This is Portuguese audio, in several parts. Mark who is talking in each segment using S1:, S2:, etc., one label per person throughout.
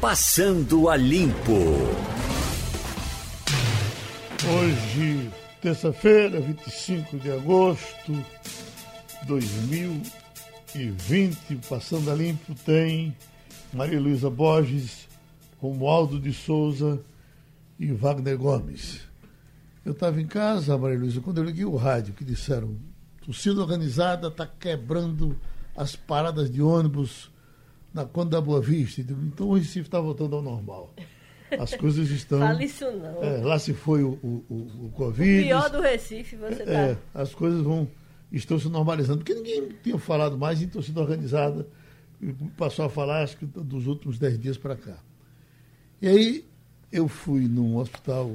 S1: Passando a Limpo.
S2: Hoje, terça-feira, 25 de agosto de 2020, Passando a Limpo tem Maria Luísa Borges, Romualdo de Souza e Wagner Gomes. Eu estava em casa, Maria Luísa, quando eu liguei o rádio, que disseram: torcida organizada está quebrando as paradas de ônibus na Conde da Boa Vista. Então o Recife está voltando ao normal. As coisas estão...
S3: Fala isso não.
S2: Lá se foi o Covid.
S3: O pior do Recife, você está...
S2: As coisas estão se normalizando. Porque ninguém tinha falado mais em torcida organizada. E passou a falar, acho que dos últimos 10 dias para cá. E aí eu fui num hospital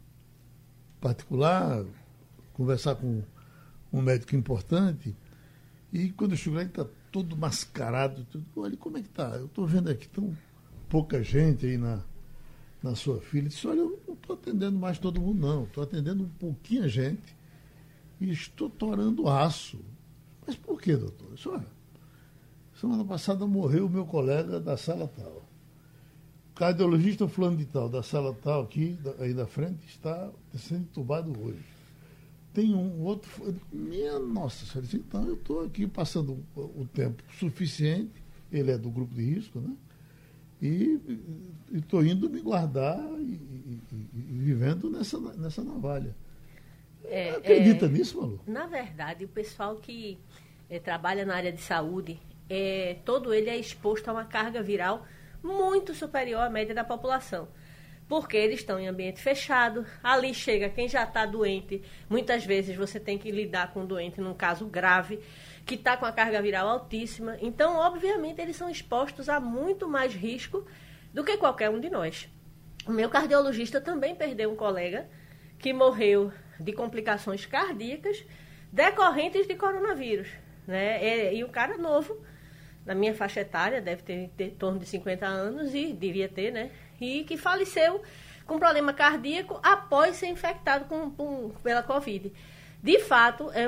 S2: particular conversar com um médico importante. E quando eu cheguei lá, ele está todo mascarado. Olha, como é que está? Eu estou vendo aqui tão pouca gente aí na sua fila. Ele disse: olha, eu não estou atendendo mais todo mundo, não. Estou atendendo um pouquinho gente e estou torando aço. Mas por quê, doutor? Eu disse: olha, semana passada morreu o meu colega da sala tal. O cardiologista fulano de tal, da sala tal aqui, aí da frente, está sendo entubado hoje. Tem um outro... Minha nossa senhora, então eu estou aqui passando o tempo suficiente, ele é do grupo de risco, né? E estou indo me guardar e vivendo nessa navalha. Acredita nisso, Malu?
S3: Na verdade, o pessoal que trabalha na área de saúde, todo ele é exposto a uma carga viral muito superior à média da população. Porque eles estão em ambiente fechado, ali chega quem já está doente. Muitas vezes você tem que lidar com um doente num caso grave, que está com a carga viral altíssima. Então, obviamente, eles são expostos a muito mais risco do que qualquer um de nós. O meu cardiologista também perdeu um colega que morreu de complicações cardíacas decorrentes de coronavírus, né? E o cara novo, na minha faixa etária, deve ter em torno de 50 anos, e devia ter, né? E que faleceu com problema cardíaco após ser infectado pela Covid. De fato, é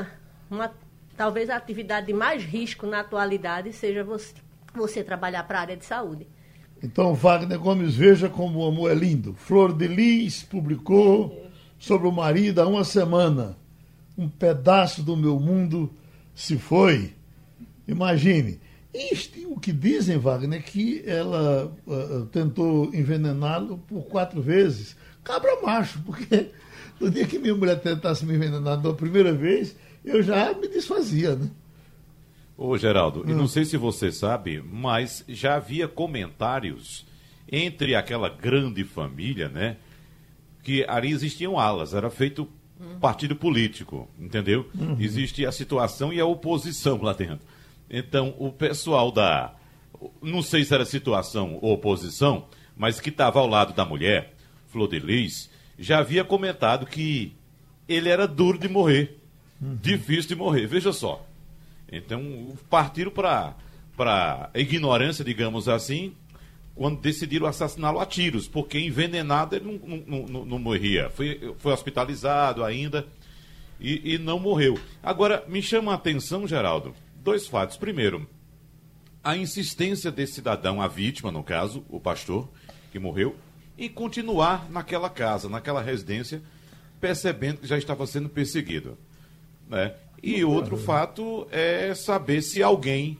S3: talvez a atividade de mais risco na atualidade seja você trabalhar para a área de saúde.
S2: Então, Wagner Gomes, veja como o amor é lindo. Flor de Lis publicou sobre o marido há uma semana: um pedaço do meu mundo se foi. Imagine. O que dizem, Wagner, é que ela tentou envenená-lo por 4 vezes. Cabra macho, porque no dia que minha mulher tentasse me envenenar da primeira vez, eu já me desfazia, né?
S4: Ô, Geraldo, e não sei se você sabe, mas já havia comentários entre aquela grande família, né? Que ali existiam alas, era feito partido político, entendeu? Existe a situação e a oposição lá dentro. Então, o pessoal não sei se era situação ou oposição, mas que estava ao lado da mulher, Flor de Lis, já havia comentado que ele era duro de morrer, difícil de morrer, veja só. Então, partiram para a ignorância, digamos assim, quando decidiram assassiná-lo a tiros, porque envenenado ele não morria. Foi hospitalizado ainda e não morreu. Agora, me chama a atenção, Geraldo, 2 fatos. Primeiro, a insistência desse cidadão, a vítima, no caso, o pastor, que morreu, em continuar naquela casa, naquela residência, percebendo que já estava sendo perseguido, né? E outro fato é saber se alguém,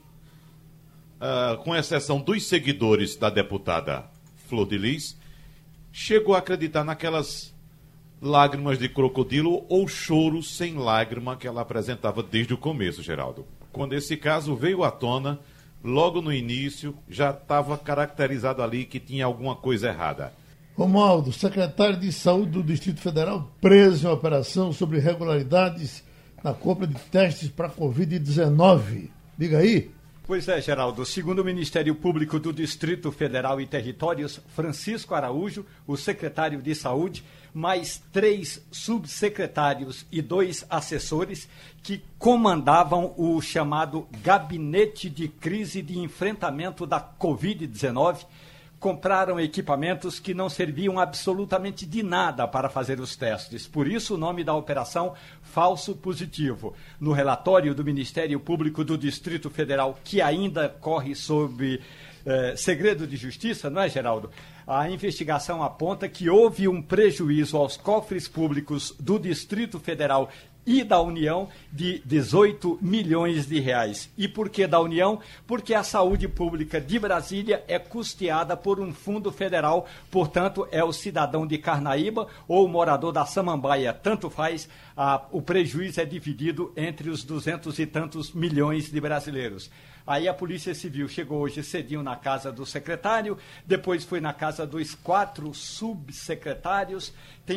S4: com exceção dos seguidores da deputada Flor de Lis, chegou a acreditar naquelas lágrimas de crocodilo ou choro sem lágrima que ela apresentava desde o começo, Geraldo. Quando esse caso veio à tona, logo no início, já estava caracterizado ali que tinha alguma coisa errada.
S2: Romualdo, secretário de Saúde do Distrito Federal, preso em operação sobre irregularidades na compra de testes para Covid-19. Diga aí.
S5: Pois é, Geraldo. Segundo o Ministério Público do Distrito Federal e Territórios, Francisco Araújo, o secretário de Saúde, mais 3 subsecretários e 2 assessores que comandavam o chamado Gabinete de Crise de Enfrentamento da Covid-19, compraram equipamentos que não serviam absolutamente de nada para fazer os testes. Por isso o nome da operação Falso Positivo. No relatório do Ministério Público do Distrito Federal, que ainda corre sob segredo de justiça, não é, Geraldo? A investigação aponta que houve um prejuízo aos cofres públicos do Distrito Federal e da União de 18 milhões de reais. E por que da União? Porque a saúde pública de Brasília é custeada por um fundo federal, portanto, é o cidadão de Carnaíba ou o morador da Samambaia, tanto faz, o prejuízo é dividido entre os 200 e tantos milhões de brasileiros. Aí a Polícia Civil chegou hoje cedinho na casa do secretário, depois foi na casa dos 4 subsecretários, tem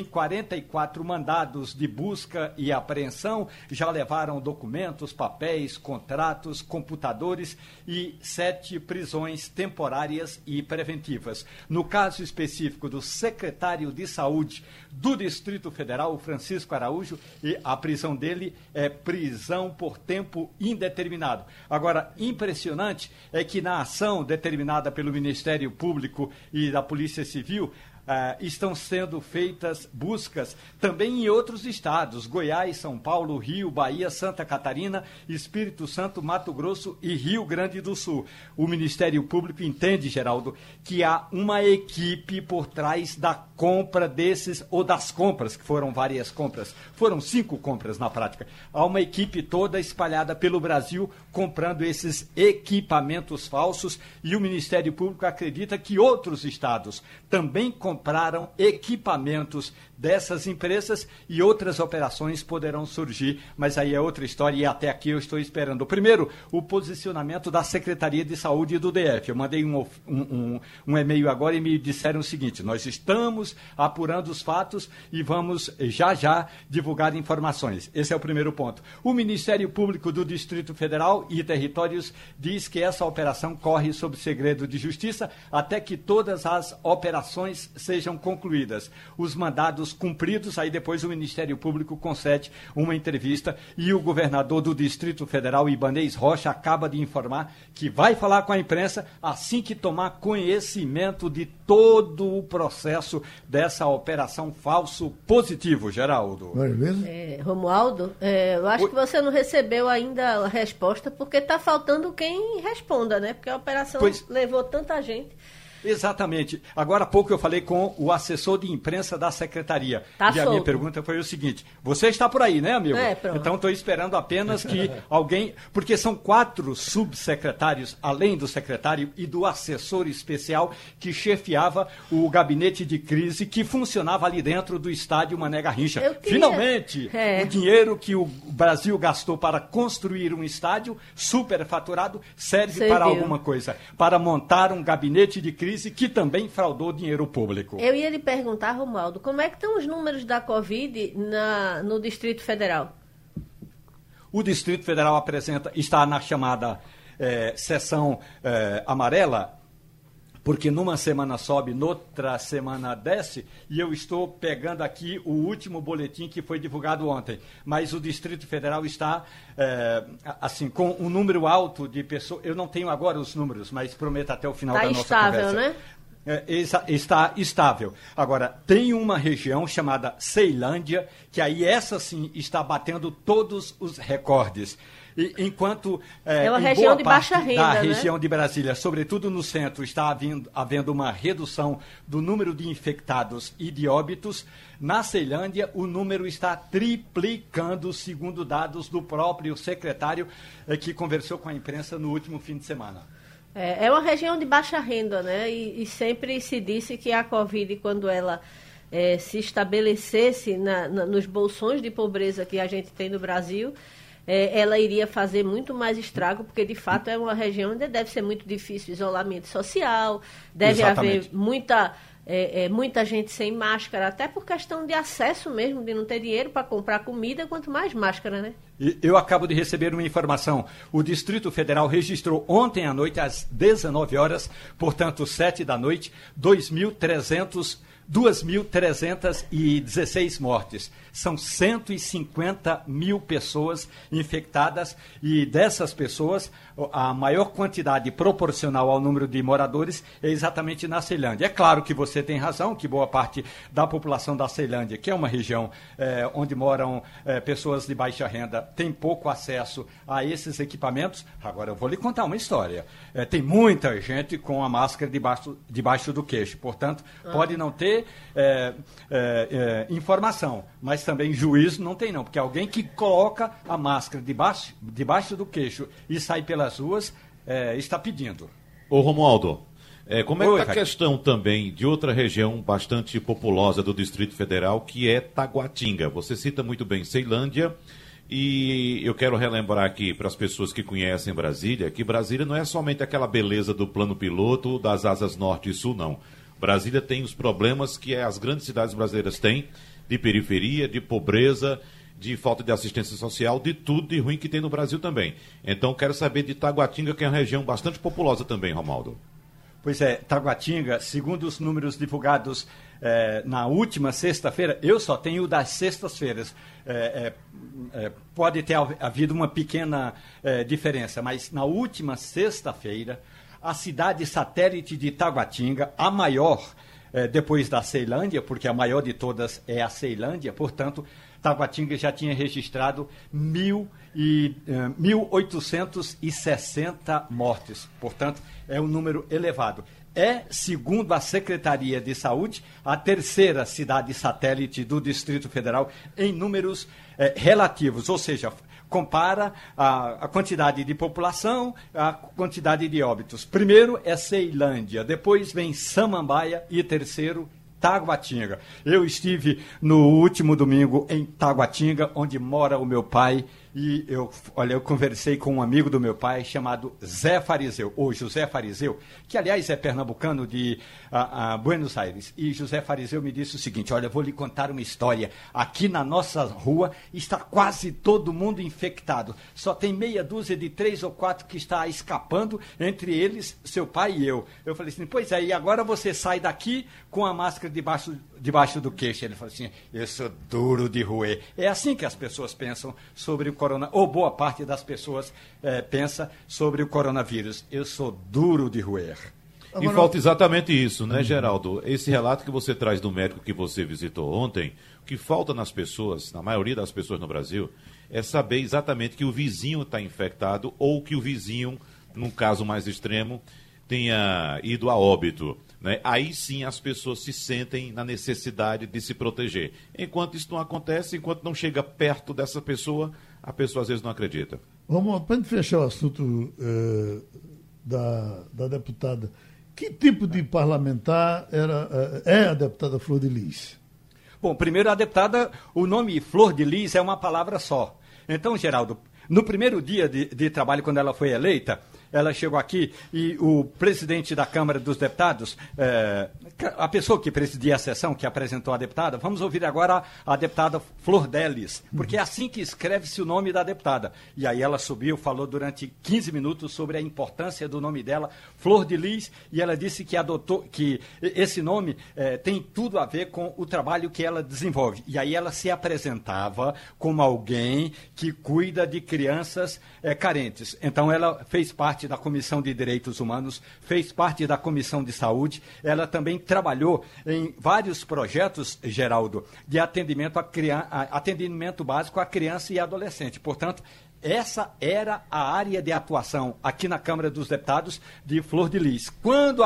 S5: 44 mandados de busca e apreensão, já levaram documentos, papéis, contratos, computadores e 7 prisões temporárias e preventivas. No caso específico do secretário de Saúde do Distrito Federal, o Francisco Araújo, e a prisão dele é prisão por tempo indeterminado. Agora, impressionante é que na ação determinada pelo Ministério Público e da Polícia Civil, estão sendo feitas buscas também em outros estados, Goiás, São Paulo, Rio, Bahia, Santa Catarina, Espírito Santo, Mato Grosso e Rio Grande do Sul. O Ministério Público entende, Geraldo, que há uma equipe por trás da compra desses, ou das compras, que foram várias compras, foram 5 compras na prática. Há uma equipe toda espalhada pelo Brasil comprando esses equipamentos falsos e o Ministério Público acredita que outros estados também compraram equipamentos dessas empresas e outras operações poderão surgir, mas aí é outra história e até aqui eu estou esperando. Primeiro, o posicionamento da Secretaria de Saúde do DF. Eu mandei um e-mail agora e me disseram o seguinte: nós estamos apurando os fatos e vamos já divulgar informações. Esse é o primeiro ponto. O Ministério Público do Distrito Federal e Territórios diz que essa operação corre sob segredo de justiça até que todas as operações sejam concluídas. Os mandados cumpridos, aí depois o Ministério Público concede uma entrevista e o governador do Distrito Federal, Ibanez Rocha, acaba de informar que vai falar com a imprensa assim que tomar conhecimento de todo o processo dessa operação falso positivo, Geraldo.
S3: Romualdo, eu acho que você não recebeu ainda a resposta porque está faltando quem responda, né? Porque a operação levou tanta gente.
S5: Exatamente. Agora há pouco eu falei com o assessor de imprensa da secretaria. A minha pergunta foi o seguinte: você está por aí, né, amigo? Então estou esperando apenas que alguém... Porque são 4 subsecretários, além do secretário e do assessor especial que chefiava o gabinete de crise que funcionava ali dentro do estádio Mané Garrincha. Finalmente, o dinheiro que o Brasil gastou para construir um estádio superfaturado serve para alguma coisa. Para montar um gabinete de crise que também fraudou dinheiro público.
S3: Eu ia lhe perguntar, Romualdo, como é que estão os números da Covid no Distrito Federal?
S5: O Distrito Federal está na chamada sessão amarela, porque numa semana sobe, noutra semana desce, e eu estou pegando aqui o último boletim que foi divulgado ontem. Mas o Distrito Federal está, com um número alto de pessoas. Eu não tenho agora os números, mas prometo até o final da nossa conversa. Está estável, né? Está estável. Agora, tem uma região chamada Ceilândia, que aí essa sim está batendo todos os recordes. E, enquanto
S3: é uma região de baixa renda,
S5: da região de Brasília, sobretudo no centro, está havendo uma redução do número de infectados e de óbitos, na Ceilândia o número está triplicando, segundo dados do próprio secretário que conversou com a imprensa no último fim de semana.
S3: É uma região de baixa renda, né? E sempre se disse que a Covid, quando ela se estabelecesse nos bolsões de pobreza que a gente tem no Brasil, ela iria fazer muito mais estrago, porque de fato é uma região onde deve ser muito difícil isolamento social, deve haver muita gente sem máscara, até por questão de acesso mesmo, de não ter dinheiro para comprar comida, quanto mais máscara, né?
S5: Eu acabo de receber uma informação. O Distrito Federal registrou ontem à noite, às 19 horas, portanto 7 da noite, 2.316 mortes. São 150 mil pessoas infectadas e dessas pessoas, a maior quantidade proporcional ao número de moradores é exatamente na Ceilândia. É claro que você tem razão, que boa parte da população da Ceilândia, que é uma região onde moram pessoas de baixa renda, tem pouco acesso a esses equipamentos. Agora, eu vou lhe contar uma história. Tem muita gente com a máscara debaixo do queixo. Portanto, pode não ter informação, mas também juízo não tem não. Porque alguém que coloca a máscara debaixo do queixo e sai pelas ruas está pedindo.
S4: Ô Romualdo, como é que está a questão também de outra região bastante populosa do Distrito Federal, que é Taguatinga? Você cita muito bem Ceilândia, e eu quero relembrar aqui para as pessoas que conhecem Brasília, que Brasília não é somente aquela beleza do plano piloto, das asas norte e sul, não. Brasília tem os problemas que as grandes cidades brasileiras têm, de periferia, de pobreza, de falta de assistência social, de tudo de ruim que tem no Brasil também. Então, quero saber de Taguatinga, que é uma região bastante populosa também, Romualdo.
S5: Pois é, Taguatinga, segundo os números divulgados na última sexta-feira, eu só tenho das sextas-feiras. Pode ter havido uma pequena diferença, mas na última sexta-feira, a cidade satélite de Taguatinga, a maior depois da Ceilândia, porque a maior de todas é a Ceilândia, portanto, Taguatinga já tinha registrado 1.860 mortes. Portanto, é um número elevado. Segundo a Secretaria de Saúde, a terceira cidade satélite do Distrito Federal em números relativos, ou seja, compara a quantidade de população, a quantidade de óbitos. Primeiro é Ceilândia, depois vem Samambaia e terceiro Taguatinga. Eu estive no último domingo em Taguatinga, onde mora o meu pai, e eu conversei com um amigo do meu pai chamado Zé Fariseu, ou José Fariseu, que aliás é pernambucano de Buenos Aires. E José Fariseu me disse o seguinte: olha, eu vou lhe contar uma história. Aqui na nossa rua está quase todo mundo infectado. Só tem meia dúzia de 3 ou 4 que está escapando, entre eles seu pai e eu. Eu falei assim, pois é, e agora você sai daqui com a máscara debaixo do queixo. Ele falou assim, eu sou duro de roer. É assim que as pessoas pensam sobre o corona, ou boa parte das pessoas pensa sobre o coronavírus. Eu sou duro de roer.
S4: E falta exatamente isso, né, Geraldo? Esse relato que você traz do médico que você visitou ontem, o que falta nas pessoas, na maioria das pessoas no Brasil, é saber exatamente que o vizinho está infectado ou que o vizinho, num caso mais extremo, tenha ido a óbito. Né? Aí sim as pessoas se sentem na necessidade de se proteger. Enquanto isso não acontece, enquanto não chega perto dessa pessoa, a pessoa às vezes não acredita.
S2: Vamos, para fechar o assunto da deputada, que tipo de parlamentar é a deputada Flor de Lis?
S5: Bom, primeiro a deputada, o nome Flor de Lis é uma palavra só. Então, Geraldo, no primeiro dia de trabalho, quando ela foi eleita, ela chegou aqui e o presidente da Câmara dos Deputados, a pessoa que presidia a sessão, que apresentou a deputada, vamos ouvir agora a deputada Flor Delis, porque é assim que escreve-se o nome da deputada. E aí ela subiu, falou durante 15 minutos sobre a importância do nome dela, Flor de Lis, e ela disse que adotou, que esse nome tem tudo a ver com o trabalho que ela desenvolve. E aí ela se apresentava como alguém que cuida de crianças carentes. Então ela fez parte da Comissão de Direitos Humanos, fez parte da Comissão de Saúde, ela também trabalhou em vários projetos, Geraldo, de atendimento básico à criança e adolescente. Portanto, essa era a área de atuação aqui na Câmara dos Deputados de Flor de Lis. Quando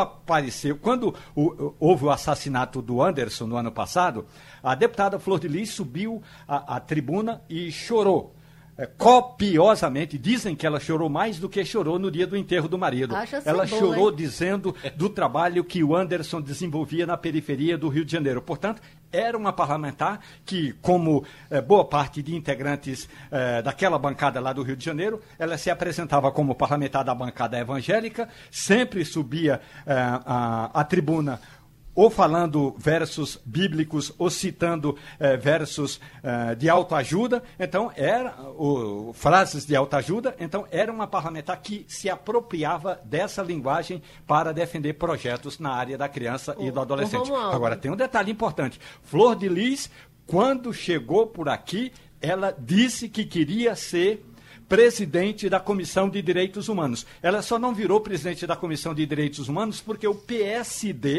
S5: houve o assassinato do Anderson no ano passado, a deputada Flor de Lis subiu à tribuna e chorou. Copiosamente, dizem que ela chorou mais do que chorou no dia do enterro do marido. Ela chorou dizendo do trabalho que o Anderson desenvolvia na periferia do Rio de Janeiro. Portanto, era uma parlamentar que, como boa parte de integrantes daquela bancada lá do Rio de Janeiro, ela se apresentava como parlamentar da bancada evangélica, sempre subia à tribuna ou falando versos bíblicos, ou citando versos de autoajuda, então frases de autoajuda, então era uma parlamentar que se apropriava dessa linguagem para defender projetos na área da criança e do adolescente. Agora, tem um detalhe importante, Flor de Lis, quando chegou por aqui, ela disse que queria ser presidente da Comissão de Direitos Humanos. Ela só não virou presidente da Comissão de Direitos Humanos porque o PSD,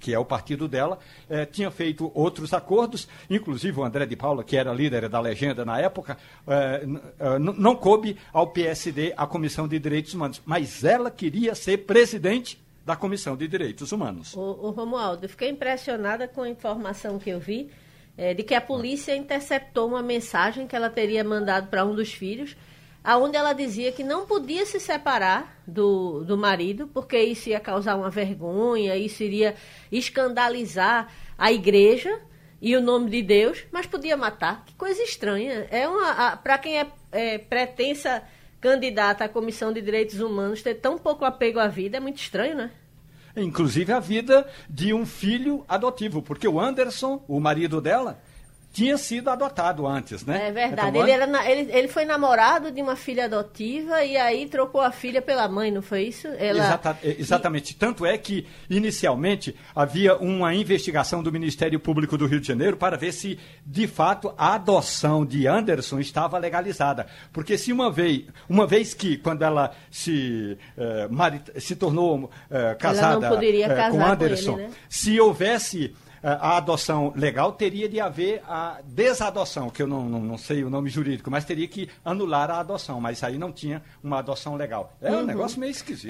S5: que é o partido dela, tinha feito outros acordos, inclusive o André de Paula, que era líder da legenda na época, não coube ao PSD a Comissão de Direitos Humanos, mas ela queria ser presidente da Comissão de Direitos Humanos.
S3: O Romualdo, eu fiquei impressionada com a informação que eu vi, de que a polícia interceptou uma mensagem que ela teria mandado para um dos filhos, aonde ela dizia que não podia se separar do marido, porque isso ia causar uma vergonha, isso iria escandalizar a igreja e o nome de Deus, mas podia matar. Que coisa estranha. Para quem é pretensa candidata à Comissão de Direitos Humanos, ter tão pouco apego à vida é muito estranho, né?
S5: Inclusive a vida de um filho adotivo, porque o Anderson, o marido dela, tinha sido adotado antes, né?
S3: É verdade.
S5: Então,
S3: Ele foi namorado de uma filha adotiva e aí trocou a filha pela mãe, não foi isso?
S5: Exatamente. Tanto é que, inicialmente, havia uma investigação do Ministério Público do Rio de Janeiro para ver se, de fato, a adoção de Anderson estava legalizada. Porque se uma vez que, quando ela se tornou casada com Anderson,
S3: com ele, né?
S5: Se houvesse a adoção legal, teria de haver a desadoção, que eu não sei o nome jurídico, mas teria que anular a adoção, mas aí não tinha uma adoção legal. Um negócio meio esquisito.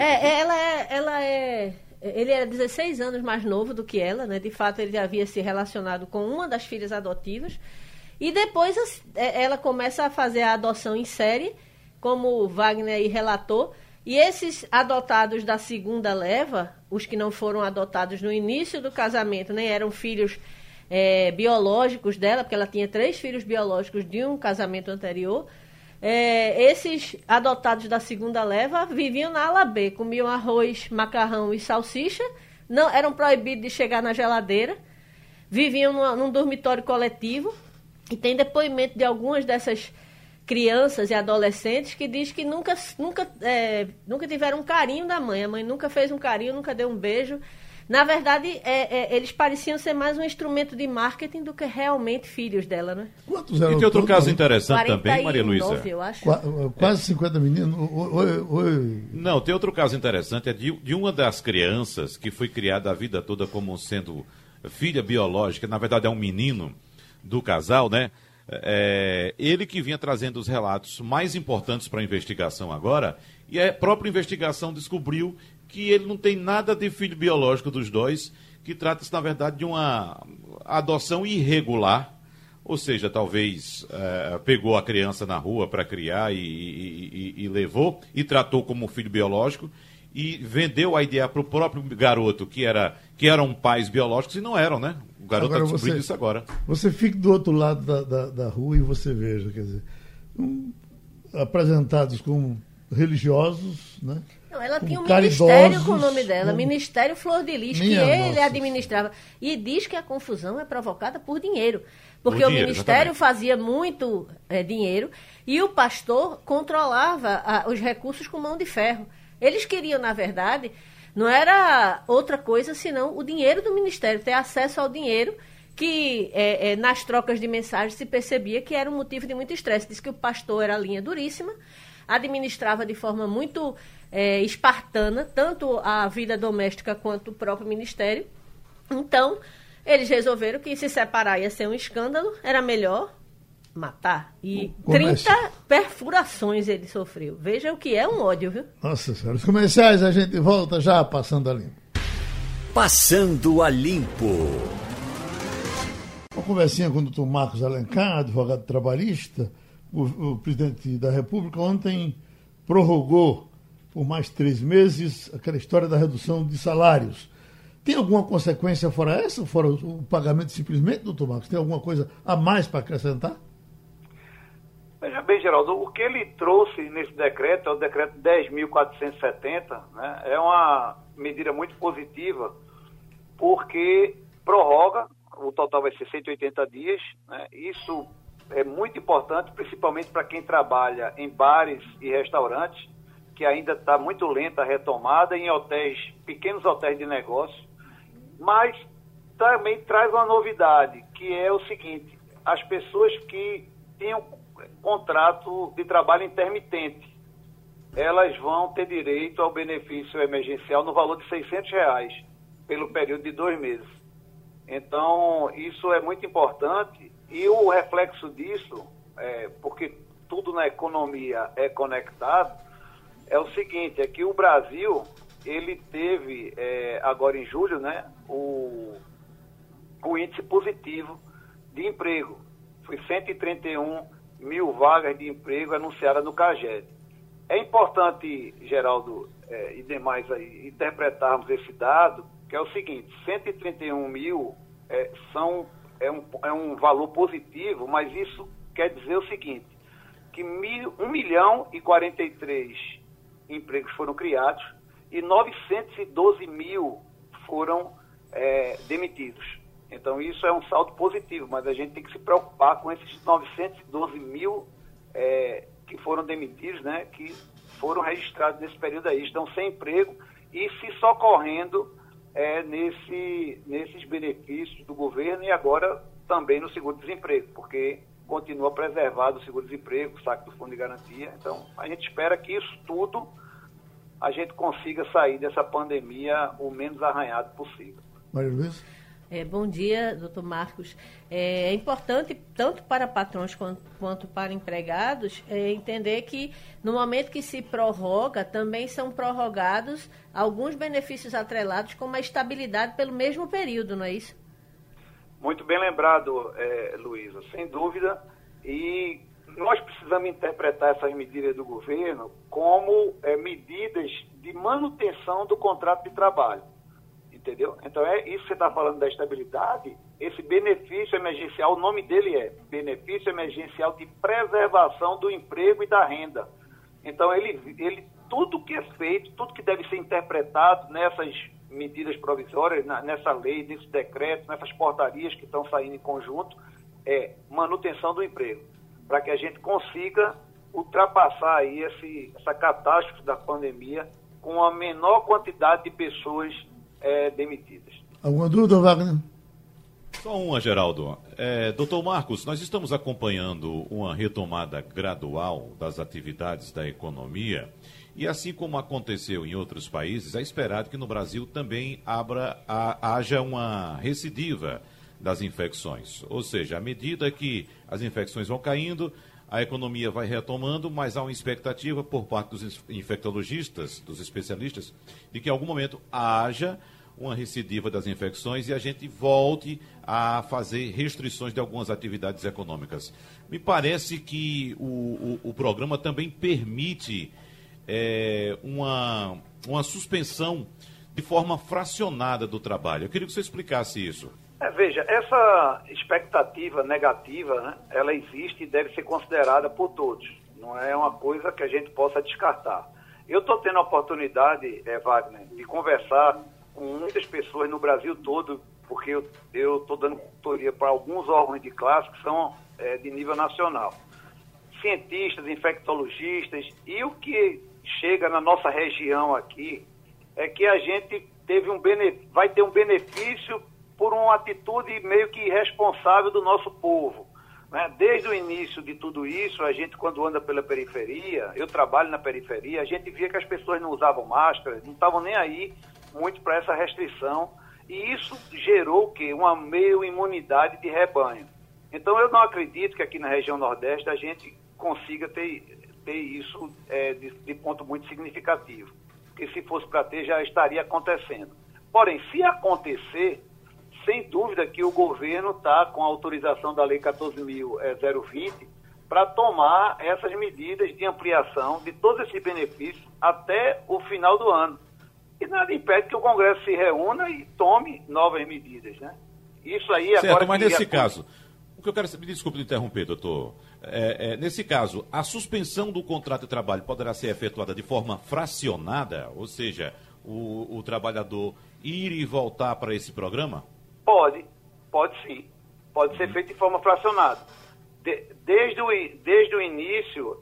S3: Ele era 16 anos mais novo do que ela, né? De fato, ele havia se relacionado com uma das filhas adotivas, e depois ela começa a fazer a adoção em série, como o Wagner aí relatou. E esses adotados da segunda leva, os que não foram adotados no início do casamento, nem eram filhos biológicos dela, porque ela tinha 3 filhos biológicos de um casamento anterior, esses adotados da segunda leva viviam na ala B, comiam arroz, macarrão e salsicha, não eram proibidos de chegar na geladeira, viviam num dormitório coletivo, e tem depoimento de algumas dessas crianças e adolescentes que diz que nunca tiveram um carinho da mãe. A mãe nunca fez um carinho, nunca deu um beijo. Na verdade, eles pareciam ser mais um instrumento de marketing do que realmente filhos dela, né?
S2: Quantos eram?
S4: E tem outro
S2: todos?
S4: caso interessante também, Maria Luísa.
S3: Eu acho.
S2: Quase 50 meninos.
S4: Não, tem outro caso interessante, é de uma das crianças que foi criada a vida toda como sendo filha biológica, na verdade é um menino do casal, né? Ele que vinha trazendo os relatos mais importantes para a investigação agora, e a própria investigação descobriu que ele não tem nada de filho biológico dos dois, que trata-se, na verdade, de uma adoção irregular, ou seja, talvez pegou a criança na rua para criar e levou, e tratou como filho biológico, e vendeu a ideia para o próprio garoto que eram pais biológicos, e não eram, né? O garoto está descobrindo isso agora.
S2: Você fica do outro lado da rua e você veja, quer dizer, apresentados como religiosos, né?
S3: Não, ela tinha um
S2: caridosos,
S3: ministério com o nome dela, Ministério Flor de Lis, que ele
S2: nossa
S3: administrava. E diz que a confusão é provocada por dinheiro. Porque
S4: Por
S3: o
S4: dinheiro,
S3: ministério
S4: exatamente.
S3: fazia muito dinheiro e o pastor controlava os recursos com mão de ferro. Eles queriam, na verdade, não era outra coisa senão o dinheiro do ministério, ter acesso ao dinheiro, que nas trocas de mensagens se percebia que era um motivo de muito estresse. Diz que o pastor era linha duríssima, administrava de forma muito espartana, tanto a vida doméstica quanto o próprio ministério. Então, eles resolveram que se separar ia ser um escândalo, era melhor matar. E 30 perfurações ele sofreu. Veja o que é um ódio, viu?
S2: Nossa senhora, os comerciais a gente volta já passando a limpo.
S1: Passando a Limpo.
S2: Uma conversinha com o doutor Marcos Alencar, advogado trabalhista. O presidente da República ontem prorrogou por mais 3 meses aquela história da redução de salários. Tem alguma consequência fora essa, fora o pagamento simplesmente, doutor Marcos? Tem alguma coisa a mais para acrescentar?
S6: Veja bem, Geraldo, o que ele trouxe nesse decreto, é o decreto 10.470, né? É uma medida muito positiva, porque prorroga, o total vai ser 180 dias, né? Isso é muito importante, principalmente para quem trabalha em bares e restaurantes, que ainda está muito lenta a retomada, em hotéis, pequenos hotéis de negócio, mas também traz uma novidade, que é o seguinte: as pessoas que tinham contrato de trabalho intermitente, elas vão ter direito ao benefício emergencial no valor de R$600. pelo período de 2 meses. Então, isso é muito importante e o reflexo disso, porque tudo na economia é conectado, é o seguinte, é que o Brasil, ele teve, agora em julho, né, o índice positivo de emprego. Foi 131 mil vagas de emprego anunciadas no CAGED. É importante, Geraldo, e demais aí, interpretarmos esse dado, que é o seguinte, 131 mil é um valor positivo, mas isso quer dizer o seguinte, que 1 milhão e 43 empregos foram criados e 912 mil foram demitidos. Então, isso é um saldo positivo, mas a gente tem que se preocupar com esses 912 mil que foram demitidos, né, que foram registrados nesse período aí, estão sem emprego e se socorrendo nesses benefícios do governo e agora também no seguro-desemprego, porque continua preservado o seguro-desemprego, o saque do fundo de garantia. Então, a gente espera que isso tudo a gente consiga sair dessa pandemia o menos arranhado possível.
S2: Maria Luísa?
S3: Bom dia, doutor Marcos. É importante, tanto para patrões quanto para empregados, entender que no momento que se prorroga, também são prorrogados alguns benefícios atrelados como a estabilidade pelo mesmo período, não é isso?
S6: Muito bem lembrado, Luísa, sem dúvida. E nós precisamos interpretar essas medidas do governo como medidas de manutenção do contrato de trabalho. Entendeu? Então, isso que você está falando da estabilidade, esse benefício emergencial, o nome dele é Benefício Emergencial de Preservação do Emprego e da Renda. Então, ele tudo que é feito, tudo que deve ser interpretado nessas medidas provisórias, nessa lei, nesse decreto, nessas portarias que estão saindo em conjunto, é manutenção do emprego, para que a gente consiga ultrapassar aí essa catástrofe da pandemia com a menor quantidade de pessoas demitidas.
S2: Alguma dúvida, Wagner?
S4: Só uma, Geraldo. Doutor Marcos, nós estamos acompanhando uma retomada gradual das atividades da economia e assim como aconteceu em outros países, é esperado que no Brasil também haja uma recidiva das infecções. Ou seja, à medida que as infecções vão caindo, a economia vai retomando, mas há uma expectativa por parte dos infectologistas, dos especialistas, de que em algum momento haja uma recidiva das infecções e a gente volte a fazer restrições de algumas atividades econômicas. Me parece que o programa também permite uma suspensão de forma fracionada do trabalho. Eu queria que você explicasse isso.
S6: Veja, essa expectativa negativa, né, ela existe e deve ser considerada por todos. Não é uma coisa que a gente possa descartar. Eu estou tendo a oportunidade, Wagner, de conversar com muitas pessoas no Brasil todo, porque eu estou dando consultoria para alguns órgãos de classe que são de nível nacional. Cientistas, infectologistas, e o que chega na nossa região aqui é que a gente vai ter um benefício por uma atitude meio que irresponsável do nosso povo. Né? Desde o início de tudo isso, a gente quando anda pela periferia, eu trabalho na periferia, a gente via que as pessoas não usavam máscara, não estavam nem aí muito para essa restrição, e isso gerou o quê? Uma meio imunidade de rebanho. Então eu não acredito que aqui na região Nordeste a gente consiga ter isso de ponto muito significativo, porque se fosse para ter já estaria acontecendo. Porém, se acontecer, sem dúvida que o governo está com a autorização da Lei 14.020 para tomar essas medidas de ampliação de todos esses benefícios até o final do ano. E nada impede que o Congresso se reúna e tome novas medidas, né? Isso aí
S4: certo,
S6: agora...
S4: Mas nesse caso, o que eu quero saber, me desculpe de interromper, doutor, nesse caso, a suspensão do contrato de trabalho poderá ser efetuada de forma fracionada, ou seja, o trabalhador ir e voltar para esse programa? Pode
S6: sim. Pode ser feito de forma fracionada. Desde o início,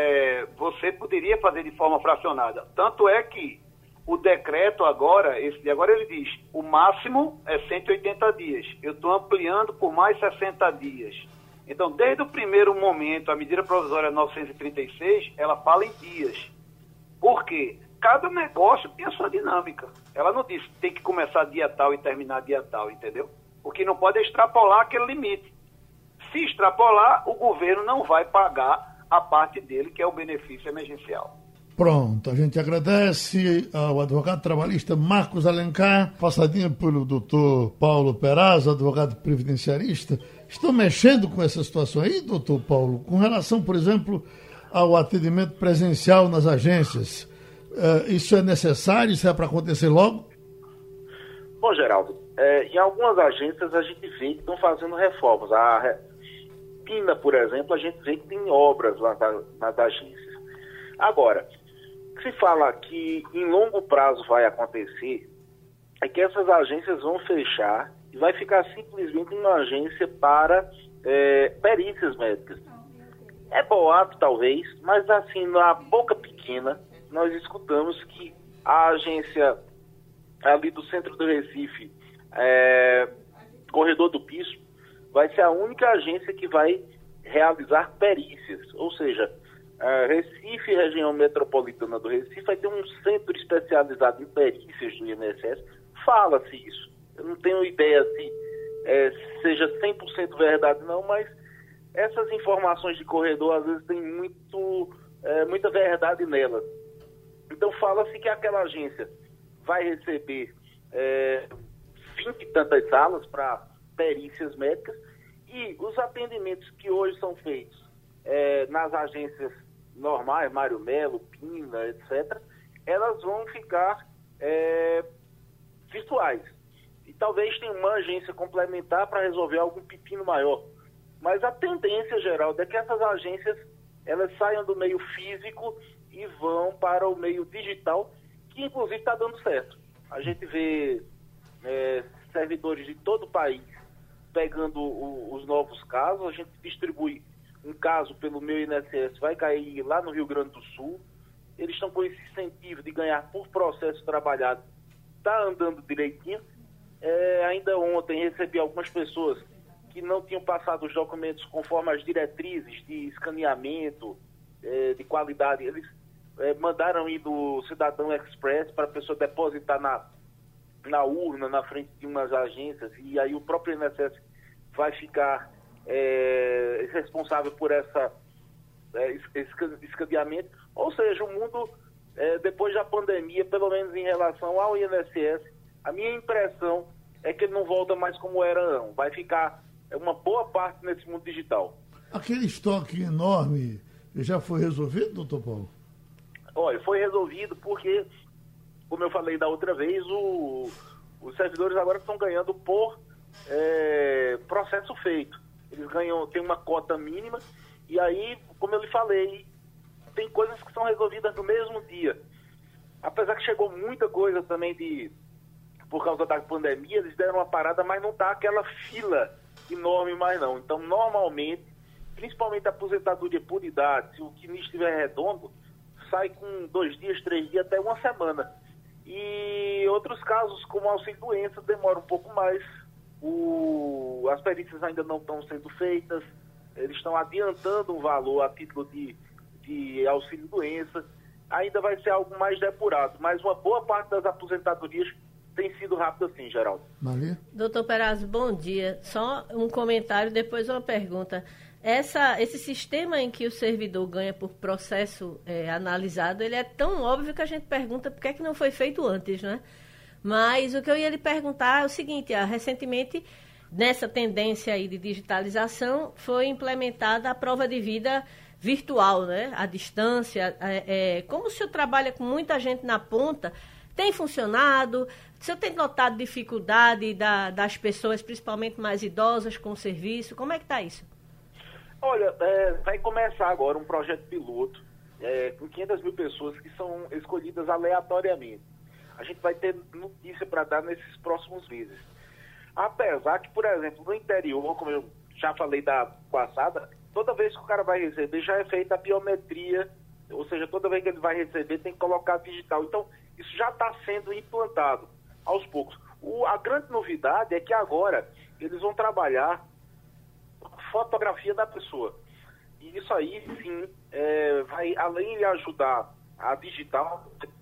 S6: você poderia fazer de forma fracionada. Tanto é que o decreto agora, esse de agora, ele diz, o máximo é 180 dias. Eu estou ampliando por mais 60 dias. Então, desde o primeiro momento, a medida provisória 936, ela fala em dias. Por quê? cada negócio tem a sua dinâmica. Ela não diz tem que começar dia tal e terminar dia tal, entendeu? O que não pode é extrapolar aquele limite. Se extrapolar, o governo não vai pagar a parte dele, que é o benefício emergencial.
S2: Pronto, a gente agradece ao advogado trabalhista Marcos Alencar, passadinha pelo doutor Paulo Perazzo, advogado previdenciarista. Estão mexendo com essa situação aí, doutor Paulo, com relação, por exemplo, ao atendimento presencial nas agências. Isso é necessário? Isso é para acontecer logo?
S7: Bom, Geraldo, em algumas agências a gente vê que estão fazendo reformas. A Pina, por exemplo, a gente vê que tem obras lá nas agências. Agora, o que se fala que em longo prazo vai acontecer é que essas agências vão fechar e vai ficar simplesmente uma agência para perícias médicas. É boato, talvez, mas assim, na boca pequena, nós escutamos que a agência ali do centro do Recife, Corredor do Bispo, vai ser a única agência que vai realizar perícias. Ou seja, Recife, região metropolitana do Recife, vai ter um centro especializado em perícias do INSS. Fala-se isso. Eu não tenho ideia se seja 100% verdade não, mas essas informações de corredor às vezes tem muita verdade nelas. Então fala-se que aquela agência vai receber 20 e tantas salas para perícias médicas e os atendimentos que hoje são feitos nas agências normais, Mário Melo, Pina, etc., elas vão ficar virtuais. E talvez tenha uma agência complementar para resolver algum pepino maior. Mas a tendência, Geraldo, é que essas agências elas saiam do meio físico e vão para o meio digital, que inclusive está dando certo. A gente vê servidores de todo o país pegando os novos casos, a gente distribui um caso pelo meu INSS, vai cair lá no Rio Grande do Sul, eles estão com esse incentivo de ganhar por processo trabalhado, está andando direitinho. Ainda ontem recebi algumas pessoas que não tinham passado os documentos conforme as diretrizes de escaneamento, de qualidade. Eles mandaram ir do Cidadão Express para a pessoa depositar na urna, na frente de umas agências, e aí o próprio INSS vai ficar responsável por esse escaneamento. Ou seja, o mundo, depois da pandemia, pelo menos em relação ao INSS, a minha impressão é que ele não volta mais como era, não. Vai ficar uma boa parte nesse mundo digital. Aquele estoque enorme já foi resolvido, doutor Paulo? Olha, foi resolvido porque, como eu falei da outra vez, os servidores agora estão ganhando por processo feito. Eles tem uma cota mínima e aí, como eu lhe falei, tem coisas que são resolvidas no mesmo dia. Apesar que chegou muita coisa também por causa da pandemia, eles deram uma parada, mas não está aquela fila enorme mais não. Então, normalmente, principalmente a aposentadoria por idade, se o que estiver redondo, sai com 2 dias, 3 dias, até uma semana. E outros casos, como auxílio-doença, demora um pouco mais. As perícias ainda não estão sendo feitas, eles estão adiantando um valor a título de auxílio-doença. Ainda vai ser algo mais depurado, mas uma boa parte das aposentadorias tem sido rápido assim, Geraldo. Maria? Doutor Perazzo, bom dia. Só um comentário, depois uma pergunta. Esse sistema em que o servidor ganha por processo analisado, ele é tão óbvio que a gente pergunta por que é que não foi feito antes, né? Mas o que eu ia lhe perguntar é o seguinte, recentemente, nessa tendência aí de digitalização, foi implementada a prova de vida virtual, né? À distância. Como o senhor trabalha com muita gente na ponta, tem funcionado? O senhor tem notado dificuldade das pessoas, principalmente mais idosas, com o serviço? Como é que está isso? Olha, vai começar agora um projeto piloto com 500 mil pessoas que são escolhidas aleatoriamente. A gente vai ter notícia para dar nesses próximos meses. Apesar que, por exemplo, no interior, como eu já falei da passada, toda vez que o cara vai receber, já é feita a biometria, ou seja, toda vez que ele vai receber, tem que colocar digital. Então, isso já está sendo implantado aos poucos. A grande novidade é que agora eles vão trabalhar a fotografia da pessoa. E isso aí, sim, vai, além de ajudar a digital,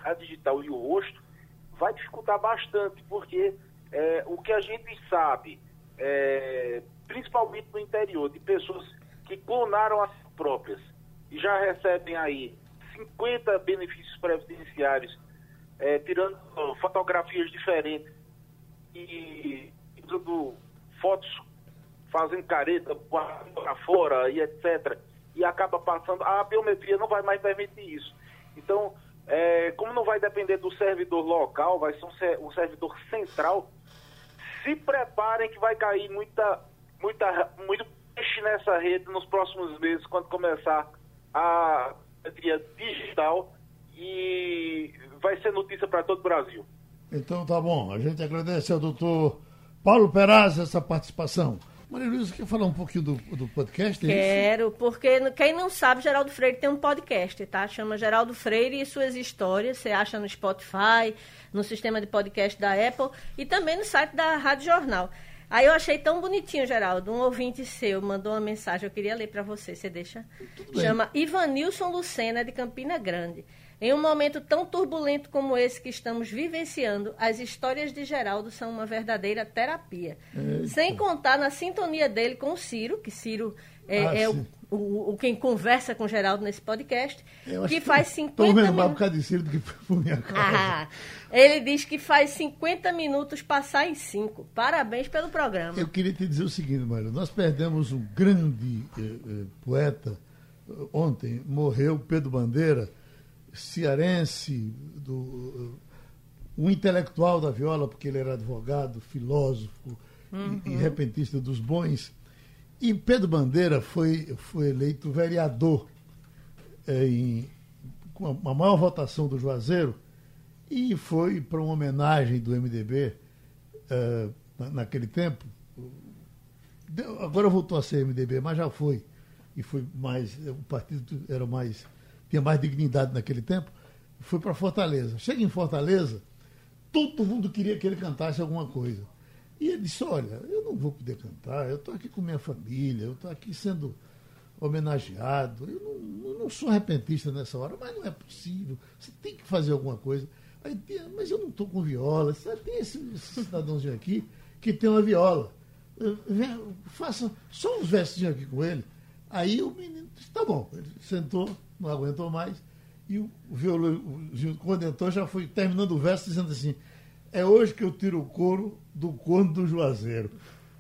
S7: a digital e o rosto, vai dificultar bastante, porque o que a gente sabe, principalmente no interior, de pessoas que clonaram as próprias e já recebem aí 50 benefícios previdenciários, tirando fotografias diferentes e tudo, fotos fazendo careta para fora e etc. E acaba passando, a biometria não vai mais permitir isso. Então, como não vai depender do servidor local, vai ser um servidor central, se preparem que vai cair muito peixe nessa rede nos próximos meses, quando começar a biometria digital, e vai ser notícia para todo o Brasil.
S2: Então tá bom, a gente agradece ao doutor Paulo Perazzi essa participação. Maria Luísa, quer falar um pouquinho do podcast?
S3: Quero, porque quem não sabe, Geraldo Freire tem um podcast, tá? Chama Geraldo Freire e Suas Histórias. Você acha no Spotify, no sistema de podcast da Apple e também no site da Rádio Jornal. Aí eu achei tão bonitinho, Geraldo. Um ouvinte seu mandou uma mensagem, eu queria ler para você. Você deixa? Chama Ivanilson Lucena, de Campina Grande. Em um momento tão turbulento como esse que estamos vivenciando, as histórias de Geraldo são uma verdadeira terapia. Eita. Sem contar na sintonia dele com o Ciro, que Ciro é quem conversa com Geraldo nesse podcast, que faz 50 minutos... Estou vendo mais por causa de Ciro do que por minha causa. Ele diz que faz 50 minutos passar em 5. Parabéns pelo programa. Eu queria te dizer o seguinte, Mário. Nós perdemos um grande poeta. Ontem morreu Pedro Bandeira, cearense, um intelectual da viola, porque ele era advogado, filósofo e repentista dos bons. E Pedro Bandeira foi eleito vereador com a maior votação do Juazeiro, e foi para uma homenagem do MDB naquele tempo. Agora voltou a ser MDB, mas já foi. E foi mais. O partido tinha mais dignidade naquele tempo. Foi para Fortaleza. Chega em Fortaleza, todo mundo queria que ele cantasse alguma coisa. E ele disse, olha, eu não vou poder cantar, eu estou aqui com minha família, eu estou aqui sendo homenageado, eu não sou repentista nessa hora, mas não é possível, você tem que fazer alguma coisa. Aí, mas eu não estou com viola, tem esse cidadãozinho aqui que tem uma viola, faça só uns versinhos aqui com ele. Aí o menino disse, tá bom, ele sentou, não aguentou mais, e o condentor já foi terminando o verso dizendo assim, é hoje que eu tiro o couro do corno do Juazeiro.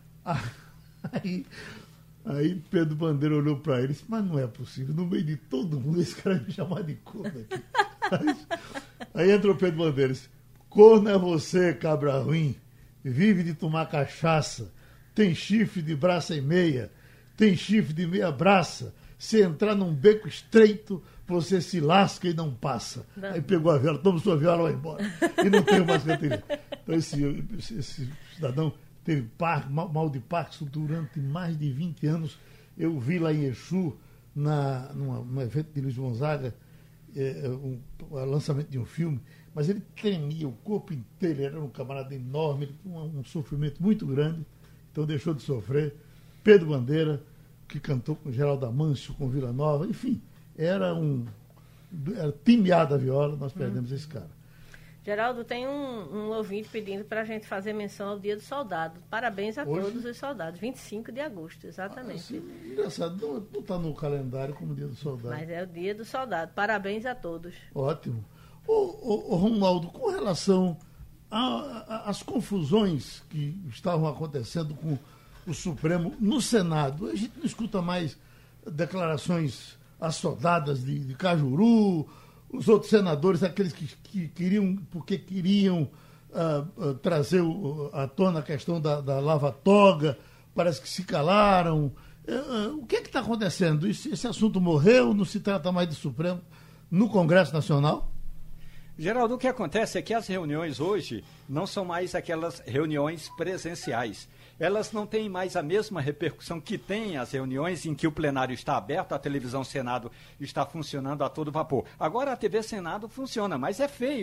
S3: Aí Pedro Bandeira olhou para ele e disse, mas não é possível, no meio de todo mundo esse cara me chamar de corno aqui. Aí entrou Pedro Bandeira e disse, corno é você, cabra ruim, vive de tomar cachaça, tem chifre de braça e meia, tem chifre de meia braça, se entrar num beco estreito, você se lasca e não passa. Não. Aí pegou a viola, toma sua viola e vai embora. E não tem mais canteiro. Então esse cidadão teve mal de Parkinson durante mais de 20 anos. Eu vi lá em Exu, num evento de Luiz Gonzaga, lançamento de um filme, mas ele tremia o corpo inteiro, ele era um camarada enorme, ele tinha um sofrimento muito grande, então deixou de sofrer. Pedro Bandeira, que cantou com Geraldo Amâncio, com Vila Nova, enfim, era time A da viola, nós perdemos esse cara. Geraldo, tem um ouvinte pedindo para a gente fazer menção ao Dia do Soldado. Parabéns a todos os soldados. 25 de agosto, exatamente.
S2: Engraçado, não está no calendário como Dia do Soldado.
S3: Mas é o Dia do Soldado. Parabéns a todos.
S2: Ótimo. Ô Romualdo, com relação às confusões que estavam acontecendo com o Supremo no Senado, a gente não escuta mais declarações assodadas de Cajuru, os outros senadores, aqueles que queriam trazer à tona a questão da lava-toga, parece que se calaram. O que está acontecendo? Esse assunto morreu? Não se trata mais de Supremo no Congresso Nacional?
S5: Geraldo, o que acontece é que as reuniões hoje não são mais aquelas reuniões presenciais. Elas não têm mais a mesma repercussão que têm as reuniões em que o plenário está aberto, a televisão Senado está funcionando a todo vapor. Agora a TV Senado funciona, mas é feio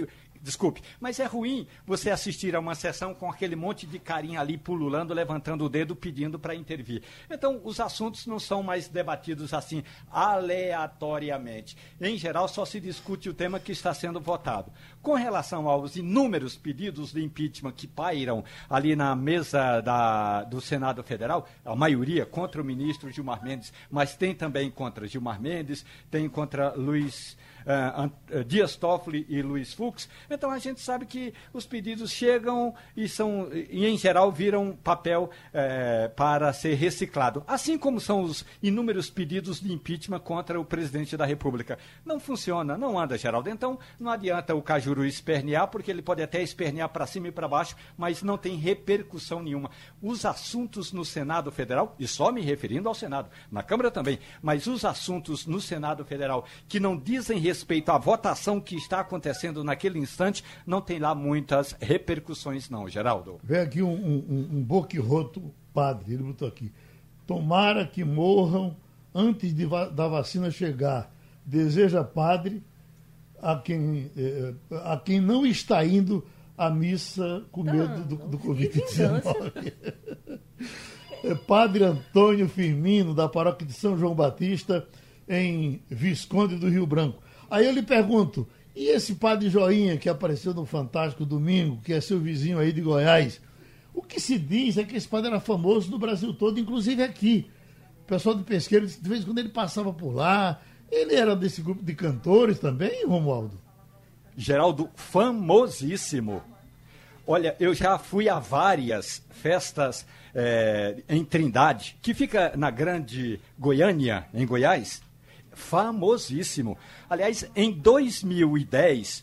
S5: Desculpe, mas é ruim você assistir a uma sessão com aquele monte de carinha ali pululando, levantando o dedo, pedindo para intervir. Então, os assuntos não são mais debatidos assim, aleatoriamente. Em geral, só se discute o tema que está sendo votado. Com relação aos inúmeros pedidos de impeachment que pairam ali na mesa do Senado Federal, a maioria contra o ministro Gilmar Mendes, mas tem também contra Gilmar Mendes, tem contra Dias Toffoli e Luiz Fux. Então a gente sabe que os pedidos chegam e em geral viram papel para ser reciclado. Assim como são os inúmeros pedidos de impeachment contra o presidente da República. Não funciona, não anda, Geraldo. Então não adianta o Cajuru espernear, porque ele pode até espernear para cima e para baixo, mas não tem repercussão nenhuma. Os assuntos no Senado Federal, e só me referindo ao Senado, na Câmara também, mas os assuntos no Senado Federal que não dizem respeito à votação que está acontecendo naquele instante, não tem lá muitas repercussões não, Geraldo.
S2: Vem aqui um boquirroto padre, ele botou aqui: tomara que morram antes da vacina chegar. Deseja padre a quem não está indo à missa com medo do Covid-19. Padre Antônio Firmino, da paróquia de São João Batista, em Visconde do Rio Branco. Aí eu lhe pergunto, e esse padre Joinha que apareceu no Fantástico domingo, que é seu vizinho aí de Goiás, o que se diz é que esse padre era famoso no Brasil todo, inclusive aqui. O pessoal de Pesqueira, de vez em quando ele passava por lá, ele era desse grupo de cantores também, Romualdo?
S5: Geraldo, famosíssimo. Olha, eu já fui a várias festas em Trindade, que fica na Grande Goiânia, em Goiás. Famosíssimo. Aliás, em 2011,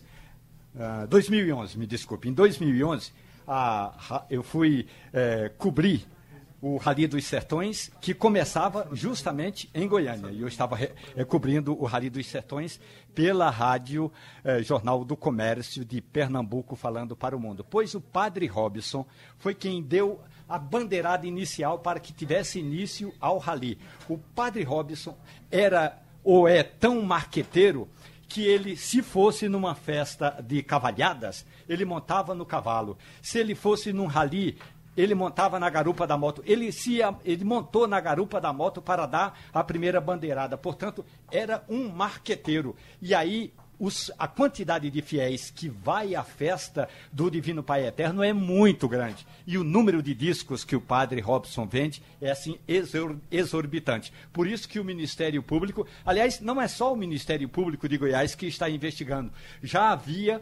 S5: eu fui cobrir o Rally dos Sertões, que começava justamente em Goiânia. E eu estava cobrindo o Rally dos Sertões pela rádio Jornal do Comércio de Pernambuco, falando para o mundo. Pois o padre Robson foi quem deu a bandeirada inicial para que tivesse início ao Rally. O padre Robson é tão marqueteiro que ele, se fosse numa festa de cavalhadas, ele montava no cavalo. Se ele fosse num rally, ele montava na garupa da moto. Ele montou na garupa da moto para dar a primeira bandeirada. Portanto, era um marqueteiro. E aí, a quantidade de fiéis que vai à festa do Divino Pai Eterno é muito grande. E o número de discos que o padre Robson vende é, assim, exorbitante. Por isso que o Ministério Público, aliás, não é só o Ministério Público de Goiás que está investigando. Já havia,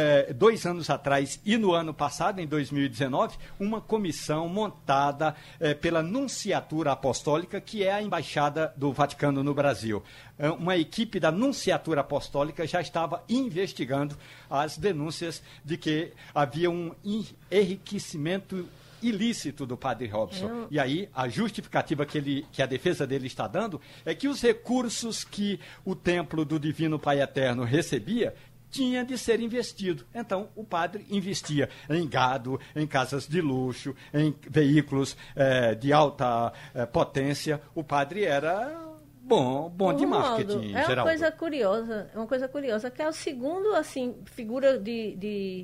S5: 2 anos atrás e no ano passado, em 2019, uma comissão montada pela Nunciatura Apostólica, que é a Embaixada do Vaticano no Brasil. Uma equipe da Nunciatura Apostólica já estava investigando as denúncias de que havia um enriquecimento ilícito do padre Robson. E aí, a justificativa que a defesa dele está dando é que os recursos que o Templo do Divino Pai Eterno recebia tinha de ser investido. Então, o padre investia em gado, em casas de luxo, em veículos de alta potência. O padre era bom de marketing,
S3: é
S5: Geraldo.
S3: Uma coisa curiosa, que é o segundo, assim, figura de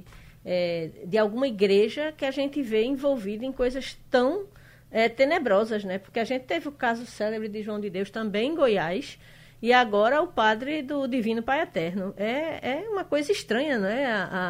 S3: alguma igreja que a gente vê envolvida em coisas tão tenebrosas, né? Porque a gente teve o caso célebre de João de Deus também em Goiás, e agora o padre do Divino Pai Eterno. É uma coisa estranha, né?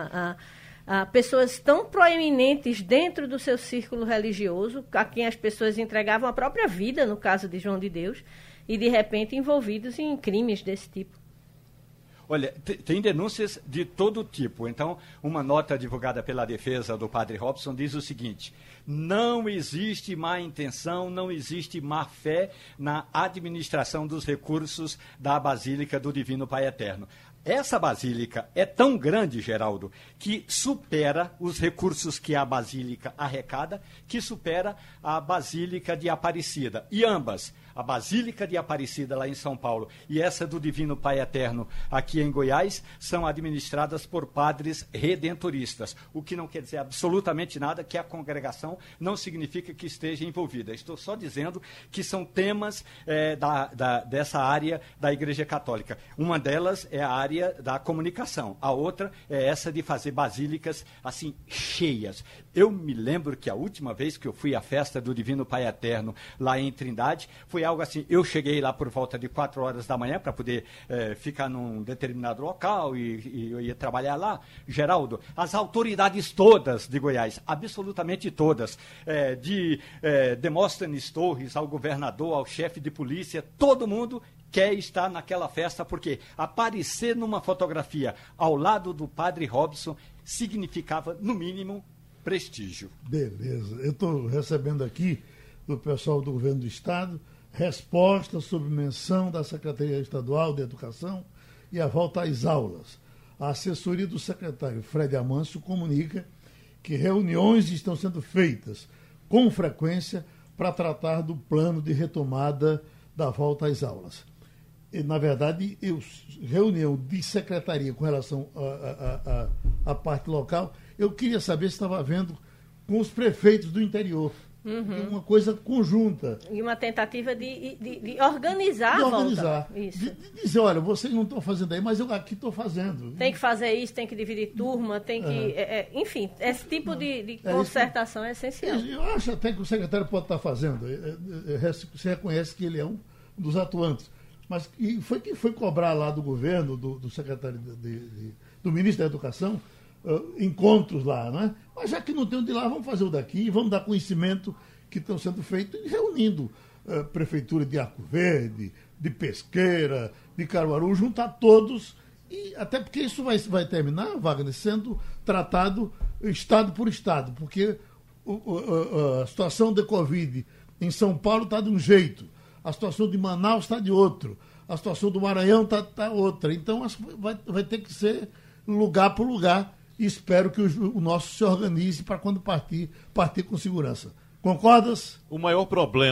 S3: A pessoas tão proeminentes dentro do seu círculo religioso, a quem as pessoas entregavam a própria vida, no caso de João de Deus, e de repente envolvidos em crimes desse tipo.
S5: Olha, tem denúncias de todo tipo. Então, uma nota divulgada pela defesa do padre Robson diz o seguinte: não existe má intenção, não existe má fé na administração dos recursos da Basílica do Divino Pai Eterno. Essa basílica é tão grande, Geraldo, que supera os recursos que a basílica arrecada, que supera a Basílica de Aparecida. E ambas, a Basílica de Aparecida, lá em São Paulo, e essa do Divino Pai Eterno, aqui em Goiás, são administradas por padres redentoristas, o que não quer dizer absolutamente nada que a congregação não significa que esteja envolvida. Estou só dizendo que são temas dessa área da Igreja Católica. Uma delas é a área área da comunicação. A outra é essa de fazer basílicas, assim, cheias. Eu me lembro que a última vez que eu fui à festa do Divino Pai Eterno, lá em Trindade, foi algo assim, eu cheguei lá por volta de 4 horas da manhã para poder ficar num determinado local e eu ia trabalhar lá. Geraldo, as autoridades todas de Goiás, absolutamente todas, de Demóstenes Torres ao governador, ao chefe de polícia, todo mundo quer estar naquela festa, porque aparecer numa fotografia ao lado do padre Robson significava, no mínimo, prestígio.
S2: Beleza. Eu estou recebendo aqui do pessoal do governo do Estado resposta sobre menção da Secretaria Estadual de Educação e a volta às aulas. A assessoria do secretário Fred Amâncio comunica que reuniões estão sendo feitas com frequência para tratar do plano de retomada da volta às aulas. E, na verdade, reunião de secretaria com relação à parte local, eu queria saber se estava havendo com os prefeitos do interior. Uma coisa conjunta.
S3: E uma tentativa de organizar a volta. Isso.
S2: De dizer, olha, vocês não estão fazendo aí, mas eu aqui estou fazendo.
S3: Tem que fazer isso, tem que dividir turma, tem que... enfim, esse tipo de concertação é essencial.
S2: Eu acho até que o secretário pode estar fazendo. Você reconhece que ele é um dos atuantes. Mas quem foi cobrar lá do governo, do secretário, do ministro da Educação, encontros lá, né? Mas já que não tem onde ir lá, vamos fazer o daqui, vamos dar conhecimento que estão sendo feitos, reunindo prefeitura de Arco Verde, de Pesqueira, de Caruaru, juntar todos, e até porque isso vai terminar, Wagner, sendo tratado estado por estado, porque a situação da Covid em São Paulo está de um jeito, a situação de Manaus está de outro, a situação do Maranhão está outra. Então vai ter que ser lugar por lugar. E espero que o nosso se organize para quando partir com segurança. Concordas?
S4: O maior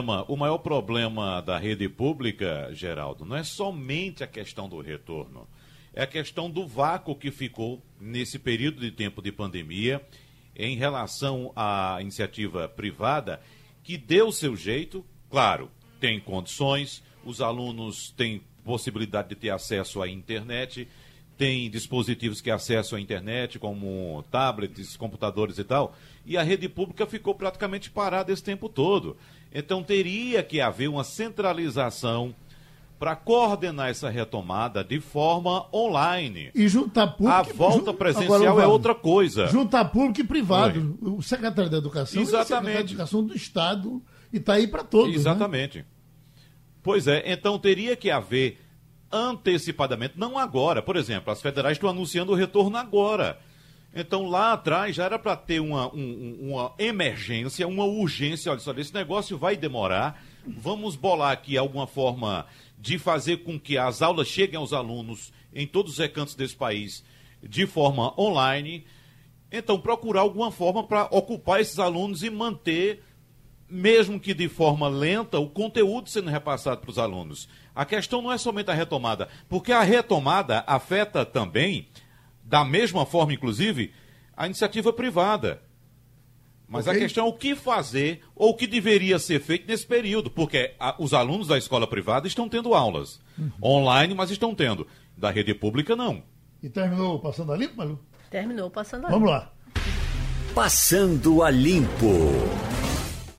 S4: problema da rede pública, Geraldo, não é somente a questão do retorno. É a questão do vácuo que ficou nesse período de tempo de pandemia em relação à iniciativa privada, que deu o seu jeito, claro, tem condições, os alunos têm possibilidade de ter acesso à internet, tem dispositivos que acessam a internet, como tablets, computadores e tal, e a rede pública ficou praticamente parada esse tempo todo. Então teria que haver uma centralização para coordenar essa retomada de forma online.
S2: E juntar público...
S4: A volta presencial é outra coisa.
S2: Juntar público e privado. O secretário da Educação
S4: Exatamente.
S2: É o secretário da Educação do Estado e está aí para todos.
S4: Exatamente. Né? Pois é, então teria que haver antecipadamente, não agora. Por exemplo, as federais estão anunciando o retorno agora. Então, lá atrás, já era para ter uma emergência, uma urgência. Olha só, esse negócio vai demorar. Vamos bolar aqui alguma forma de fazer com que as aulas cheguem aos alunos em todos os recantos desse país de forma online. Então, procurar alguma forma para ocupar esses alunos e manter, mesmo que de forma lenta, o conteúdo sendo repassado para os alunos. A questão não é somente a retomada, porque a retomada afeta também, da mesma forma, inclusive, a iniciativa privada. Mas a questão é o que fazer ou o que deveria ser feito nesse período, porque os alunos da escola privada estão tendo aulas online, mas estão tendo. Da rede pública, não.
S2: E terminou Passando a Limpo, Malu?
S3: Terminou Passando a Limpo.
S2: Vamos lá.
S1: Passando a Limpo.